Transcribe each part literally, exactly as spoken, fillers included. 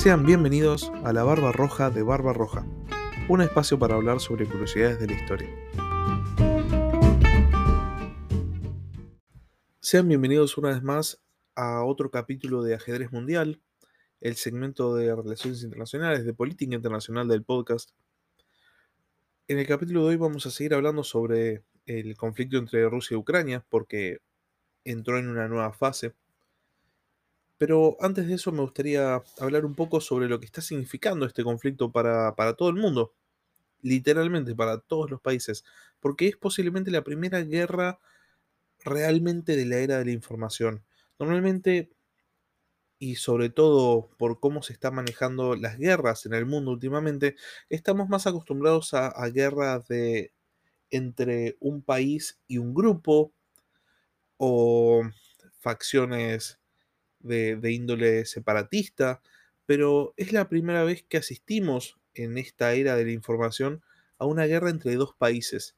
Sean bienvenidos a La Barba Roja de Barba Roja, un espacio para hablar sobre curiosidades de la historia. Sean bienvenidos una vez más a otro capítulo de Ajedrez Mundial, el segmento de relaciones internacionales, de política internacional del podcast. En el capítulo de hoy vamos a seguir hablando sobre el conflicto entre Rusia y Ucrania, porque entró en una nueva fase. Pero antes de eso me gustaría hablar un poco sobre lo que está significando este conflicto para, para todo el mundo, literalmente para todos los países, porque es posiblemente la primera guerra realmente de la era de la información. Normalmente, y sobre todo por cómo se están manejando las guerras en el mundo últimamente, estamos más acostumbrados a, a guerras de entre un país y un grupo o facciones de, de índole separatista, pero es la primera vez que asistimos en esta era de la información a una guerra entre dos países.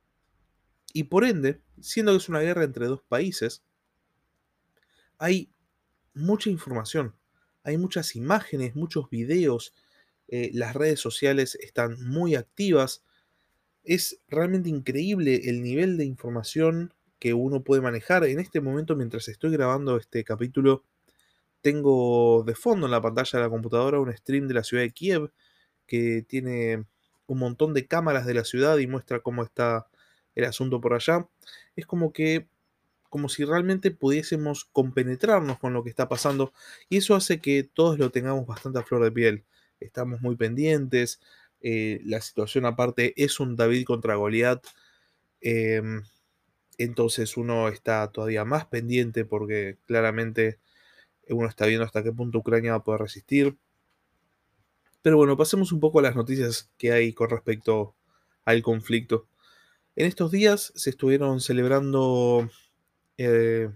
Y por ende, siendo que es una guerra entre dos países, hay mucha información, hay muchas imágenes, muchos videos, eh, las redes sociales están muy activas. Es realmente increíble el nivel de información que uno puede manejar. En este momento, mientras estoy grabando este capítulo, tengo de fondo en la pantalla de la computadora un stream de la ciudad de Kiev que tiene un montón de cámaras de la ciudad y muestra cómo está el asunto por allá. Es como que, como si realmente pudiésemos compenetrarnos con lo que está pasando, y eso hace que todos lo tengamos bastante a flor de piel. Estamos muy pendientes, eh, la situación aparte es un David contra Goliat, eh, entonces uno está todavía más pendiente porque claramente uno está viendo hasta qué punto Ucrania va a poder resistir. Pero bueno, pasemos un poco a las noticias que hay con respecto al conflicto. En estos días se estuvieron celebrando, eh,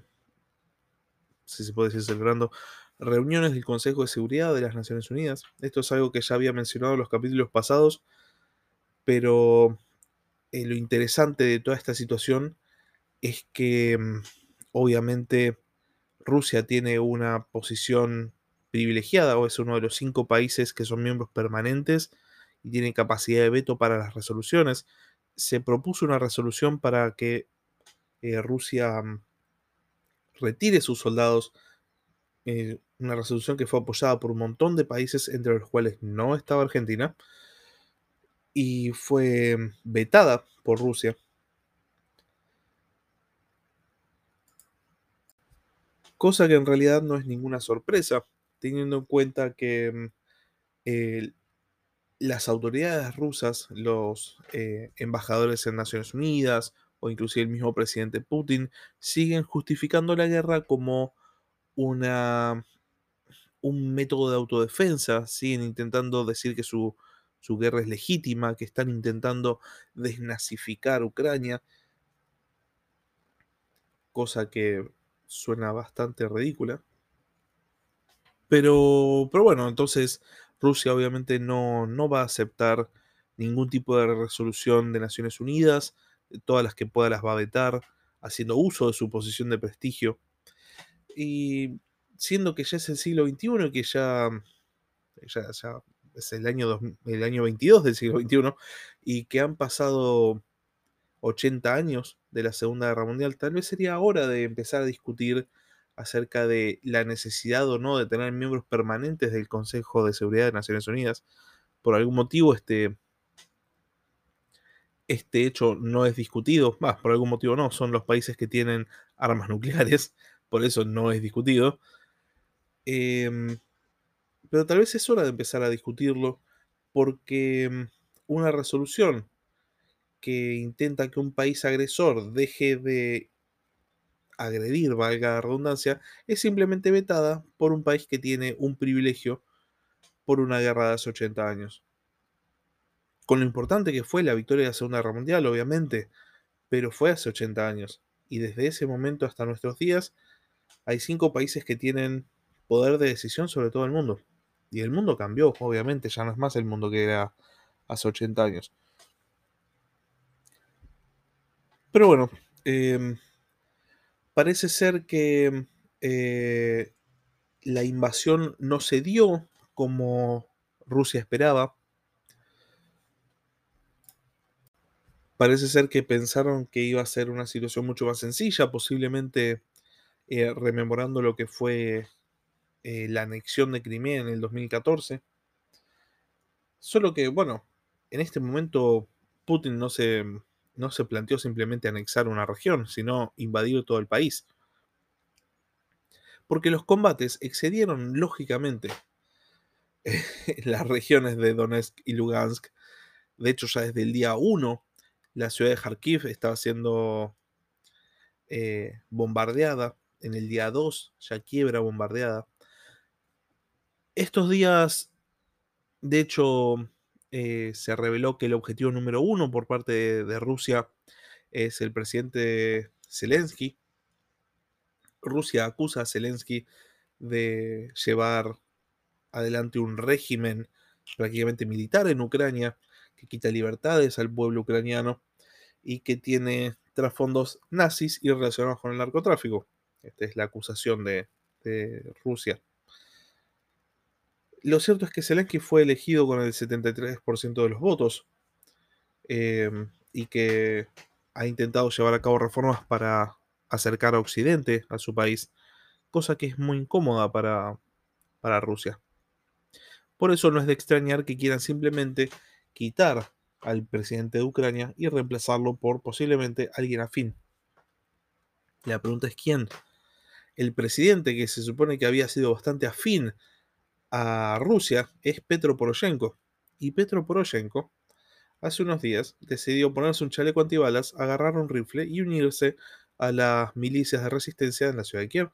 si se puede decir celebrando, reuniones del Consejo de Seguridad de las Naciones Unidas. Esto es algo que ya había mencionado en los capítulos pasados, pero eh, lo interesante de toda esta situación es que mm, obviamente Rusia tiene una posición privilegiada, o es uno de los cinco países que son miembros permanentes y tiene capacidad de veto para las resoluciones. Se propuso una resolución para que eh, Rusia mm, retire sus soldados, eh, una resolución que fue apoyada por un montón de países, entre los cuales no estaba Argentina, y fue mm, vetada por Rusia. Cosa que en realidad no es ninguna sorpresa, teniendo en cuenta que mm, el las autoridades rusas, los eh, embajadores en Naciones Unidas o inclusive el mismo presidente Putin siguen justificando la guerra como una, un método de autodefensa, siguen intentando decir que su, su guerra es legítima, que están intentando desnazificar Ucrania, cosa que suena bastante ridícula. Pero, pero bueno, entonces Rusia obviamente no, no va a aceptar ningún tipo de resolución de Naciones Unidas, eh, todas las que pueda las va a vetar, haciendo uso de su posición de prestigio. Y siendo que ya es el siglo veintiuno y que ya, ya, ya es el año, dos- el año veintidós del siglo veintiuno y que han pasado ochenta años de la Segunda Guerra Mundial, tal vez sería hora de empezar a discutir acerca de la necesidad o no de tener miembros permanentes del Consejo de Seguridad de Naciones Unidas. Por algún motivo este, este hecho no es discutido, más por algún motivo no, son los países que tienen armas nucleares, por eso no es discutido. Em, pero tal vez es hora de empezar a discutirlo porque em, una resolución que intenta que un país agresor deje de agredir, valga la redundancia, es simplemente vetada por un país que tiene un privilegio por una guerra de hace ochenta años. Con lo importante que fue la victoria de la Segunda Guerra Mundial, obviamente, pero fue hace ochenta años. Y desde ese momento hasta nuestros días, hay cinco países que tienen poder de decisión sobre todo el mundo. Y el mundo cambió, obviamente, ya no es más el mundo que era hace ochenta años. Pero bueno, eh, parece ser que eh, la invasión no se dio como Rusia esperaba. Parece ser que pensaron que iba a ser una situación mucho más sencilla, posiblemente eh, rememorando lo que fue eh, la anexión de Crimea en el dos mil catorce. Solo que, bueno, en este momento Putin no se, no se planteó simplemente anexar una región, sino invadir todo el país. Porque los combates excedieron lógicamente las regiones de Donetsk y Lugansk. De hecho, ya desde el día uno, la ciudad de Kharkiv estaba siendo eh, bombardeada. En el día dos, ya quiebra bombardeada. Estos días, de hecho, eh, se reveló que el objetivo número uno por parte de, de Rusia es el presidente Zelensky. Rusia acusa a Zelensky de llevar adelante un régimen prácticamente militar en Ucrania, que quita libertades al pueblo ucraniano y que tiene trasfondos nazis y relacionados con el narcotráfico. Esta es la acusación de, de Rusia. Lo cierto es que Zelensky fue elegido con el setenta y tres por ciento de los votos eh, y que ha intentado llevar a cabo reformas para acercar a Occidente a su país, cosa que es muy incómoda para, para Rusia. Por eso no es de extrañar que quieran simplemente quitar al presidente de Ucrania y reemplazarlo por posiblemente alguien afín. La pregunta es quién. El presidente, que se supone que había sido bastante afín a Rusia, es Petro Poroshenko. Y Petro Poroshenko, hace unos días, decidió ponerse un chaleco antibalas, agarrar un rifle y unirse a las milicias de resistencia en la ciudad de Kiev.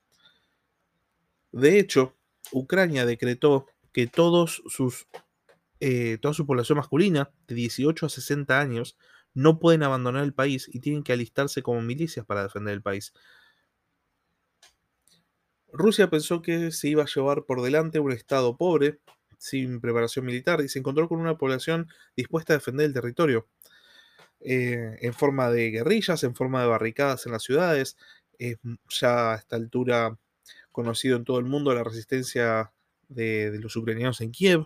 De hecho, Ucrania decretó que todos sus eh, toda su población masculina, de dieciocho a sesenta años, no pueden abandonar el país y tienen que alistarse como milicias para defender el país. Rusia pensó que se iba a llevar por delante un estado pobre, sin preparación militar, y se encontró con una población dispuesta a defender el territorio, eh, en forma de guerrillas, en forma de barricadas en las ciudades. Es ya a esta altura conocido en todo el mundo la resistencia de, de los ucranianos en Kiev.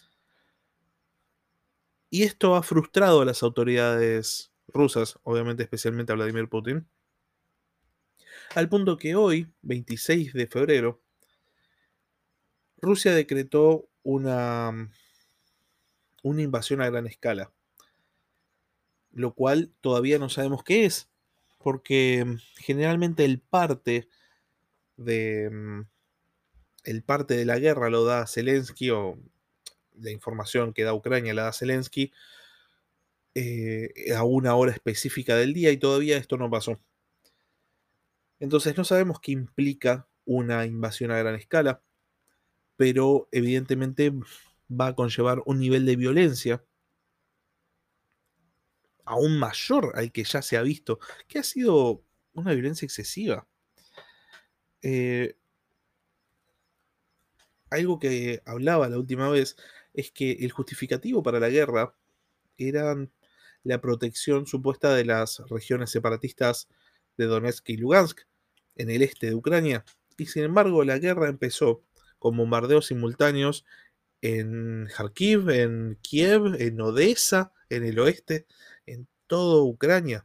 Y esto ha frustrado a las autoridades rusas, obviamente especialmente a Vladimir Putin, al punto que hoy, veintiséis de febrero, Rusia decretó una, una invasión a gran escala, lo cual todavía no sabemos qué es, porque mm, generalmente el parte de, mm, el parte de la guerra lo da Zelensky, o la información que da Ucrania la da Zelensky, eh, a una hora específica del día, y todavía esto no pasó. Entonces no sabemos qué implica una invasión a gran escala, pero evidentemente va a conllevar un nivel de violencia aún mayor al que ya se ha visto, que ha sido una violencia excesiva. Eh, Algo que hablaba la última vez es que el justificativo para la guerra eran la protección supuesta de las regiones separatistas de Donetsk y Lugansk en el este de Ucrania. Y sin embargo, la guerra empezó con bombardeos simultáneos en Kharkiv, en Kiev, en Odessa, en el oeste, en toda Ucrania.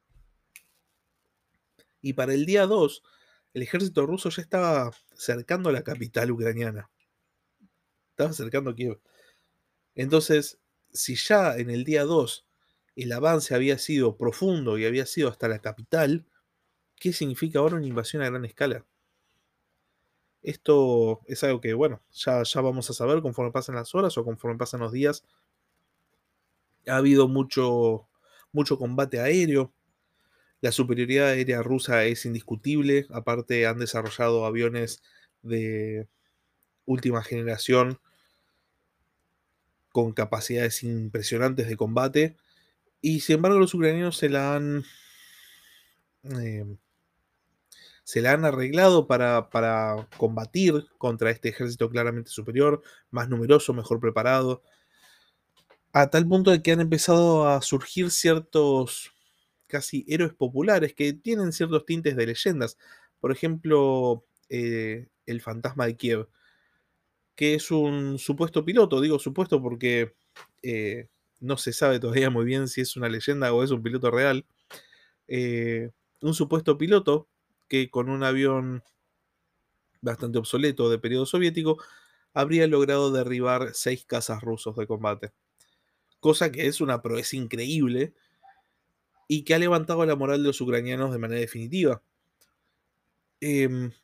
Y para el día dos, el ejército ruso ya estaba cercando la capital ucraniana. Estaba cercando Kiev. Entonces, si ya en el día dos el avance había sido profundo y había sido hasta la capital, ¿qué significa ahora una invasión a gran escala? Esto es algo que, bueno, ya, ya vamos a saber conforme pasen las horas o conforme pasan los días. Ha habido mucho, mucho combate aéreo. La superioridad aérea rusa es indiscutible. Aparte, han desarrollado aviones de última generación con capacidades impresionantes de combate. Y sin embargo, los ucranianos se la han, eh, se la han arreglado para, para combatir contra este ejército claramente superior, más numeroso, mejor preparado, a tal punto de que han empezado a surgir ciertos casi héroes populares que tienen ciertos tintes de leyendas. Por ejemplo, eh, el fantasma de Kiev. que es un supuesto piloto. Digo supuesto porque eh, no se sabe todavía muy bien si es una leyenda o es un piloto real. Eh, un supuesto piloto que con un avión bastante obsoleto de periodo soviético habría logrado derribar seis cazas rusos de combate. Cosa que es una proeza increíble y que ha levantado la moral de los ucranianos de manera definitiva. Em,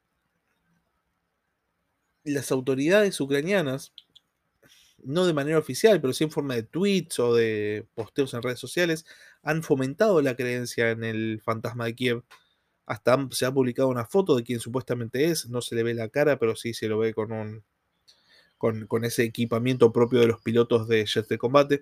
las autoridades ucranianas, no de manera oficial, pero sí en forma de tweets o de posteos en redes sociales, han fomentado la creencia en el fantasma de Kiev. Hasta han- se ha publicado una foto de quien supuestamente es, no se le ve la cara, pero sí se lo ve con un con, con ese equipamiento propio de los pilotos de jets de combate.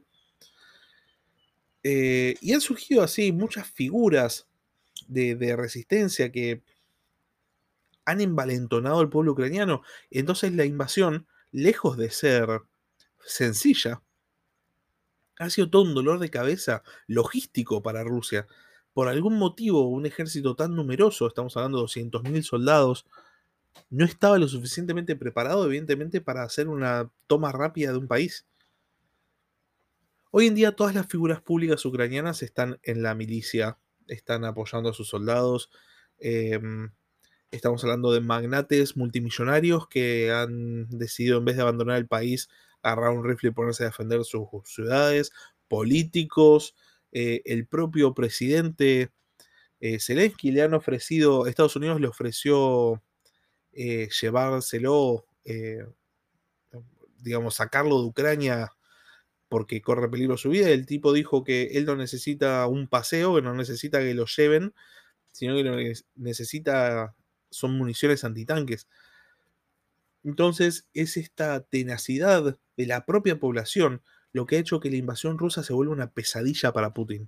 Eh, y han surgido así muchas figuras de, de resistencia que han envalentonado al pueblo ucraniano. Entonces la invasión, lejos de ser sencilla, ha sido todo un dolor de cabeza logístico para Rusia. Por algún motivo, un ejército tan numeroso, estamos hablando de doscientos mil soldados, no estaba lo suficientemente preparado, evidentemente, para hacer una toma rápida de un país. Hoy en día todas las figuras públicas ucranianas están en la milicia, están apoyando a sus soldados. em, Estamos hablando de magnates multimillonarios que han decidido, en vez de abandonar el país, agarrar un rifle y ponerse a defender sus ciudades, políticos, eh, el propio presidente eh, Zelensky le han ofrecido, Estados Unidos le ofreció eh, llevárselo, eh, digamos, sacarlo de Ucrania porque corre peligro su vida. El tipo dijo que él no necesita un paseo, que no necesita que lo lleven, sino que lo que necesita son municiones antitanques. Entonces es esta tenacidad de la propia población lo que ha hecho que la invasión rusa se vuelva una pesadilla para Putin.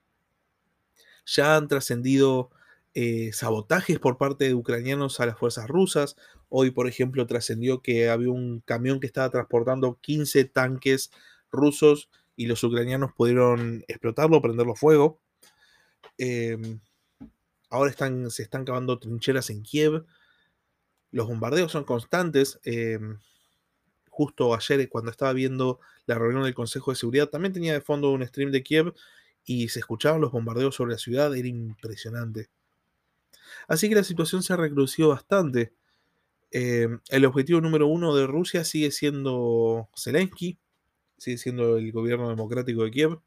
Ya han trascendido eh, sabotajes por parte de ucranianos a las fuerzas rusas. Hoy, por ejemplo, trascendió que había un camión que estaba transportando quince tanques rusos y los ucranianos pudieron explotarlo, prenderlo fuego. Eh, Ahora están, se están cavando trincheras en Kiev. Los bombardeos son constantes. Eh, justo ayer, cuando estaba viendo la reunión del Consejo de Seguridad, también tenía de fondo un stream de Kiev y se escuchaban los bombardeos sobre la ciudad. Era impresionante. Así que la situación se ha recrudecido bastante. Eh, el objetivo número uno de Rusia sigue siendo Zelensky, sigue siendo el gobierno democrático de Kiev.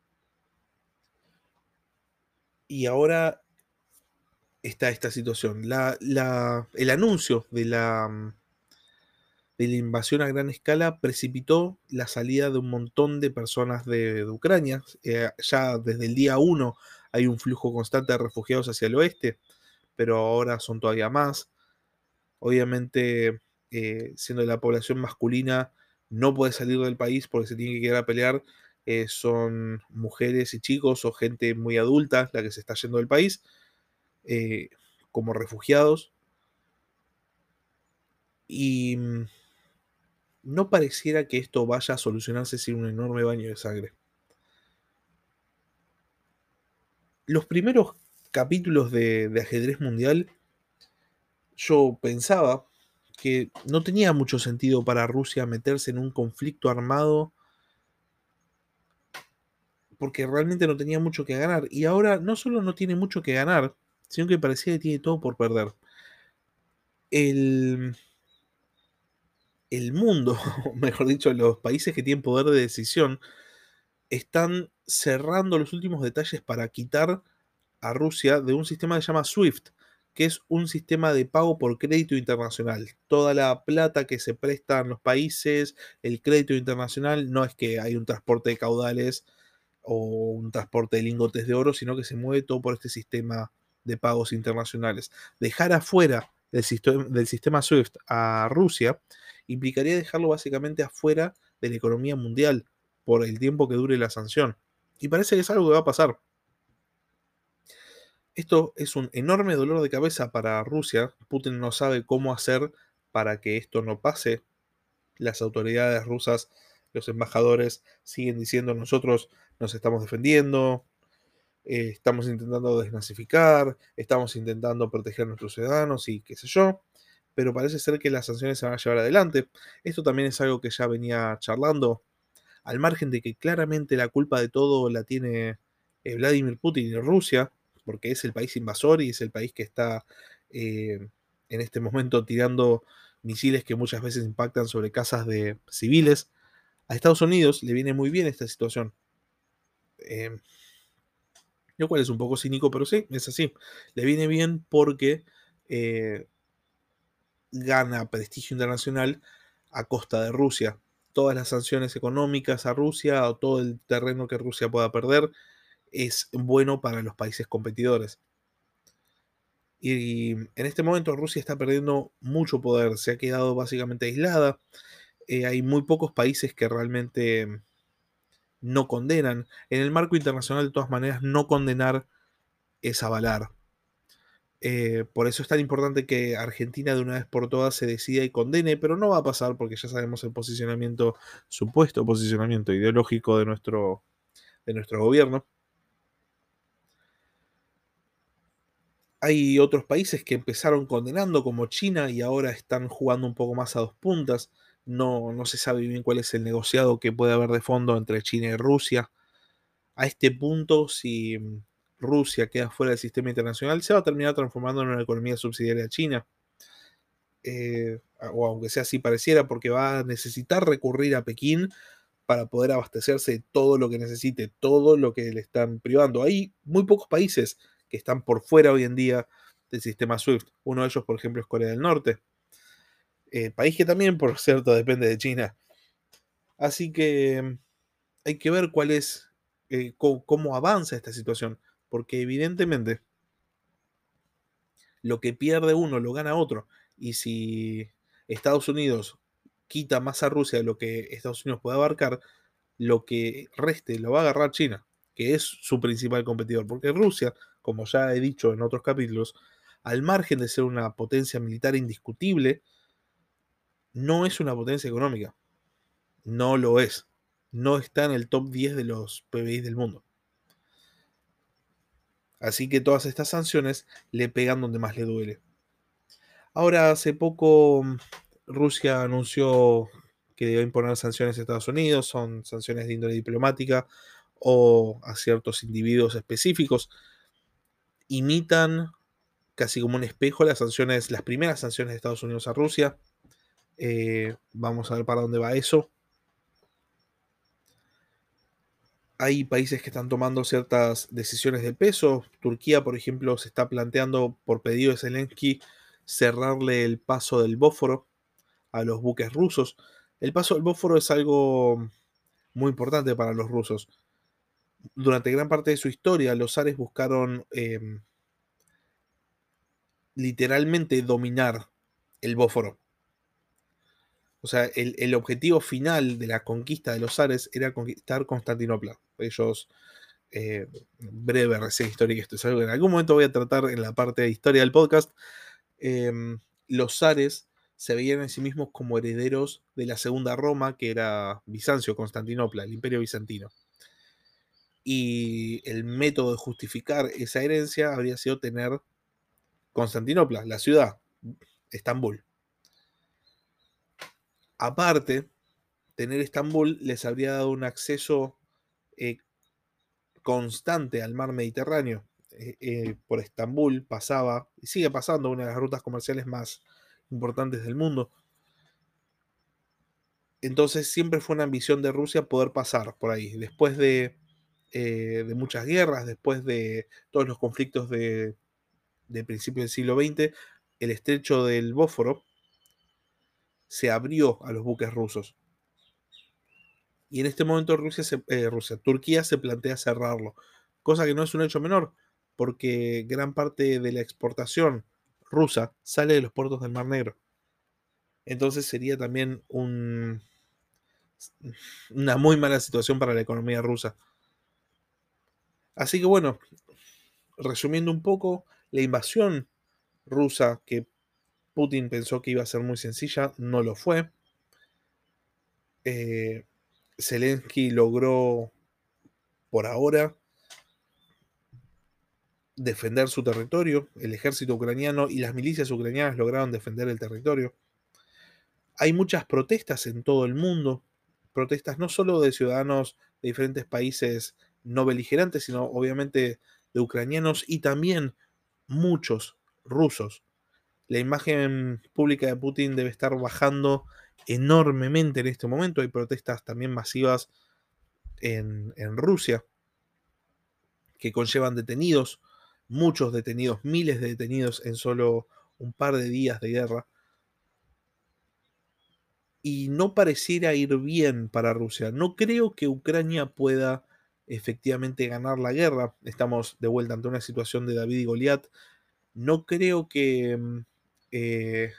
Y ahora está esta situación. La, la, el anuncio de la, de la invasión a gran escala precipitó la salida de un montón de personas de, de Ucrania. Eh, ya desde el día uno hay un flujo constante de refugiados hacia el oeste, pero ahora son todavía más. Obviamente, eh, siendo la población masculina, no puede salir del país porque se tiene que quedar a pelear. Eh, son mujeres y chicos o gente muy adulta la que se está yendo del país eh, como refugiados. Y mm, no pareciera que esto vaya a solucionarse sin un enorme baño de sangre. Los primeros capítulos de, de ajedrez mundial, yo pensaba que no tenía mucho sentido para Rusia meterse en un conflicto armado porque realmente no tenía mucho que ganar. Y ahora no solo no tiene mucho que ganar, sino que parecía que tiene todo por perder. El, el mundo, mejor dicho, los países que tienen poder de decisión, están cerrando los últimos detalles para quitar a Rusia de un sistema que se llama SWIFT, que es un sistema de pago por crédito internacional. Toda la plata que se prestan los países, el crédito internacional, no es que hay un transporte de caudales o un transporte de lingotes de oro, sino que se mueve todo por este sistema de pagos internacionales. Dejar afuera del sistema, del sistema SWIFT a Rusia implicaría dejarlo básicamente afuera de la economía mundial por el tiempo que dure la sanción. Y parece que es algo que va a pasar. Esto es un enorme dolor de cabeza para Rusia. Putin no sabe cómo hacer para que esto no pase. Las autoridades rusas, los embajadores siguen diciendo nosotros nos estamos defendiendo, eh, estamos intentando desnazificar, estamos intentando proteger a nuestros ciudadanos y qué sé yo. pero parece ser que las sanciones se van a llevar adelante. Esto también es algo que ya venía charlando, al margen de que claramente la culpa de todo la tiene eh, Vladimir Putin y Rusia, porque es el país invasor y es el país que está eh, en este momento tirando misiles que muchas veces impactan sobre casas de civiles. A Estados Unidos le viene muy bien esta situación. Eh, lo cual es un poco cínico, pero sí, es así. Le viene bien porque eh, gana prestigio internacional a costa de Rusia. Todas las sanciones económicas a Rusia o todo el terreno que Rusia pueda perder es bueno para los países competidores. Y en este momento Rusia está perdiendo mucho poder, se ha quedado básicamente aislada. Eh, hay muy pocos países que realmente no condenan. En el marco internacional, de todas maneras, no condenar es avalar. Eh, por eso es tan importante que Argentina de una vez por todas se decida y condene, pero no va a pasar porque ya sabemos el posicionamiento, supuesto posicionamiento ideológico de nuestro, de nuestro gobierno. Hay otros países que empezaron condenando, como China, y ahora están jugando un poco más a dos puntas. No, no se sabe bien cuál es el negociado que puede haber de fondo entre China y Rusia. A este punto, si Rusia queda fuera del sistema internacional, se va a terminar transformando en una economía subsidiaria a China. Eh, o aunque sea así pareciera, porque va a necesitar recurrir a Pekín para poder abastecerse de todo lo que necesite, todo lo que le están privando. Hay muy pocos países que están por fuera hoy en día del sistema SWIFT. Uno de ellos, por ejemplo, es Corea del Norte, eh, país que también, por cierto, depende de China. Así que hay que ver cuál es, eh, cómo, cómo avanza esta situación, porque evidentemente lo que pierde uno lo gana otro. Y si Estados Unidos quita más a Rusia de lo que Estados Unidos puede abarcar, lo que reste lo va a agarrar China, que es su principal competidor. Porque Rusia, como ya he dicho en otros capítulos, al margen de ser una potencia militar indiscutible, no es una potencia económica. No lo es. No está en el top diez de los P B I del mundo. Así que todas estas sanciones le pegan donde más le duele. Ahora, hace poco Rusia anunció que iba a imponer sanciones a Estados Unidos, son sanciones de índole diplomática o a ciertos individuos específicos. Imitan casi como un espejo las sanciones, las primeras sanciones de Estados Unidos a Rusia. Eh, vamos a ver para dónde va eso. Hay países que están tomando ciertas decisiones de peso. Turquía, por ejemplo, se está planteando, por pedido de Zelensky, cerrarle el paso del Bósforo a los buques rusos. El paso del Bósforo es algo muy importante para los rusos. Durante gran parte de su historia, los zares buscaron eh, literalmente dominar el Bósforo. O sea, el, el, objetivo final de la conquista de los zares era conquistar Constantinopla. Ellos, eh, breve reseña histórica, esto es algo que en algún momento voy a tratar en la parte de historia del podcast. Eh, los zares se veían en sí mismos como herederos de la segunda Roma, que era Bizancio, Constantinopla, el imperio bizantino. Y el método de justificar esa herencia habría sido tener Constantinopla, la ciudad, Estambul. Aparte, tener Estambul les habría dado un acceso eh, constante al mar Mediterráneo. Eh, eh, por Estambul pasaba, y sigue pasando, una de las rutas comerciales más importantes del mundo. Entonces siempre fue una ambición de Rusia poder pasar por ahí. Después de, eh, de muchas guerras, después de todos los conflictos de, de principios del siglo veinte, el estrecho del Bósforo se abrió a los buques rusos. Y en este momento Rusia, se, eh, Rusia, Turquía se plantea cerrarlo, cosa que no es un hecho menor, porque gran parte de la exportación rusa sale de los puertos del Mar Negro. Entonces sería también un, una muy mala situación para la economía rusa. Así que bueno, resumiendo un poco, la invasión rusa que Putin pensó que iba a ser muy sencilla, no lo fue. Eh, Zelensky logró, por ahora, defender su territorio. El ejército ucraniano y las milicias ucranianas lograron defender el territorio. Hay muchas protestas en todo el mundo, protestas no solo de ciudadanos de diferentes países no beligerantes, sino obviamente de ucranianos y también muchos rusos. La imagen pública de Putin debe estar bajando enormemente en este momento. Hay protestas también masivas en, en Rusia que conllevan detenidos, muchos detenidos, miles de detenidos en solo un par de días de guerra. Y no pareciera ir bien para Rusia. No creo que Ucrania pueda efectivamente ganar la guerra. Estamos de vuelta ante una situación de David y Goliat. No creo que, eh,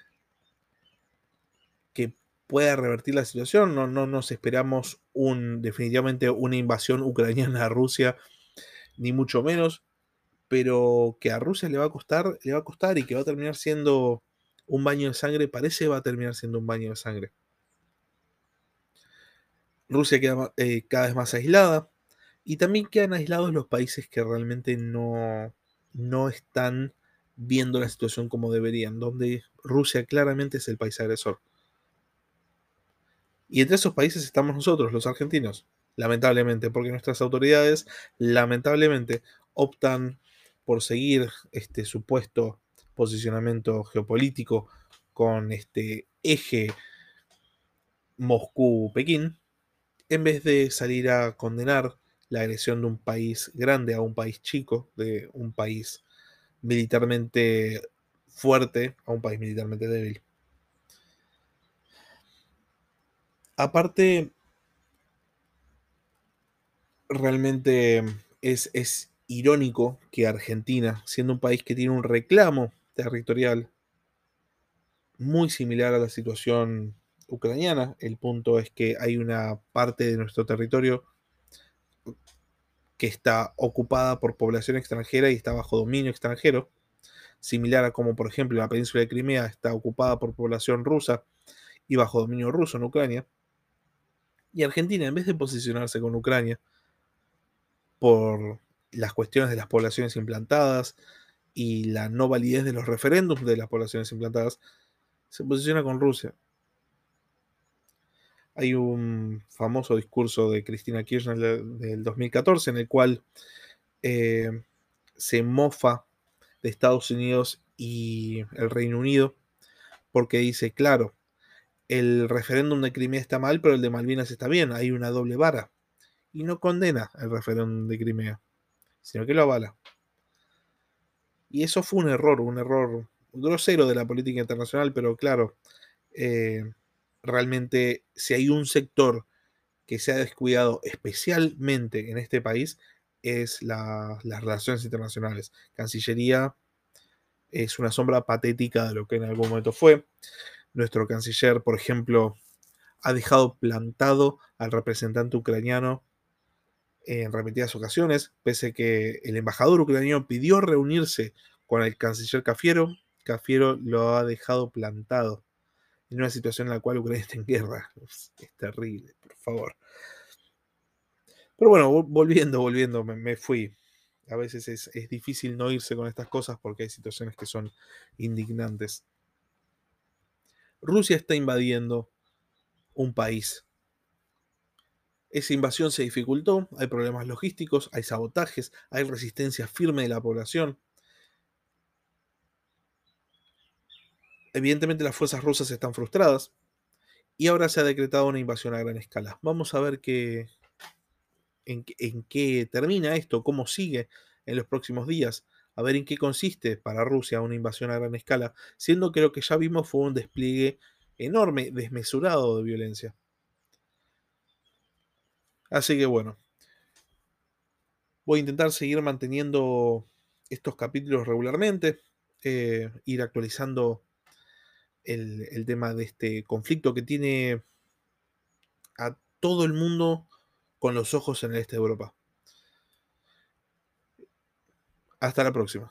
que pueda revertir la situación. No, no nos esperamos un, definitivamente una invasión ucraniana a Rusia, ni mucho menos. Pero que a Rusia le va a costar, le va a costar y que va a terminar siendo un baño de sangre, parece va a terminar siendo un baño de sangre. Rusia queda eh, cada vez más aislada y también quedan aislados los países que realmente no, no están viendo la situación como deberían, donde Rusia claramente es el país agresor. Y entre esos países estamos nosotros, los argentinos, lamentablemente, porque nuestras autoridades lamentablemente optan por seguir este supuesto posicionamiento geopolítico con este eje Moscú-Pekín, en vez de salir a condenar la agresión de un país grande a un país chico, de un país militarmente fuerte a un país militarmente débil. Aparte, realmente es, es irónico que Argentina, siendo un país que tiene un reclamo territorial muy similar a la situación ucraniana, el punto es que hay una parte de nuestro territorio que está ocupada por población extranjera y está bajo dominio extranjero, similar a como por ejemplo la península de Crimea está ocupada por población rusa y bajo dominio ruso en Ucrania. Y Argentina, en vez de posicionarse con Ucrania por las cuestiones de las poblaciones implantadas y la no validez de los referéndums de las poblaciones implantadas, se posiciona con Rusia. Hay un famoso discurso de Cristina Kirchner del dos mil catorce en el cual eh, se mofa de Estados Unidos y el Reino Unido porque dice, claro, el referéndum de Crimea está mal, pero el de Malvinas está bien, hay una doble vara. Y no condena el referéndum de Crimea, sino que lo avala. Y eso fue un error, un error grosero de la política internacional, pero claro, eh, realmente si hay un sector que se ha descuidado especialmente en este país, es la, las relaciones internacionales. Cancillería es una sombra patética de lo que en algún momento fue. Nuestro canciller, por ejemplo, ha dejado plantado al representante ucraniano en repetidas ocasiones, pese que el embajador ucraniano pidió reunirse con el canciller Cafiero, Cafiero lo ha dejado plantado en una situación en la cual Ucrania está en guerra. Es, es terrible, por favor. Pero bueno, volviendo, volviendo, me, me fui. A veces es, es difícil no irse con estas cosas porque hay situaciones que son indignantes. Rusia está invadiendo un país. Esa invasión se dificultó, hay problemas logísticos, hay sabotajes, hay resistencia firme de la población. Evidentemente las fuerzas rusas están frustradas y ahora se ha decretado una invasión a gran escala. Vamos a ver qué, en, en qué termina esto, cómo sigue en los próximos días, a ver en qué consiste para Rusia una invasión a gran escala, siendo que lo que ya vimos fue un despliegue enorme, desmesurado de violencia. Así que bueno, voy a intentar seguir manteniendo estos capítulos regularmente, eh, ir actualizando el, el tema de este conflicto que tiene a todo el mundo con los ojos en el este de Europa. Hasta la próxima.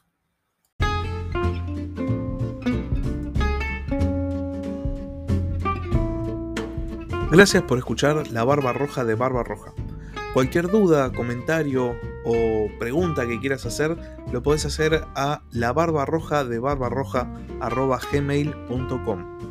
Gracias por escuchar La Barba Roja de Barba Roja. Cualquier duda, comentario o pregunta que quieras hacer, lo podés hacer a la barbarroja de barbarroja arroba gmail punto com.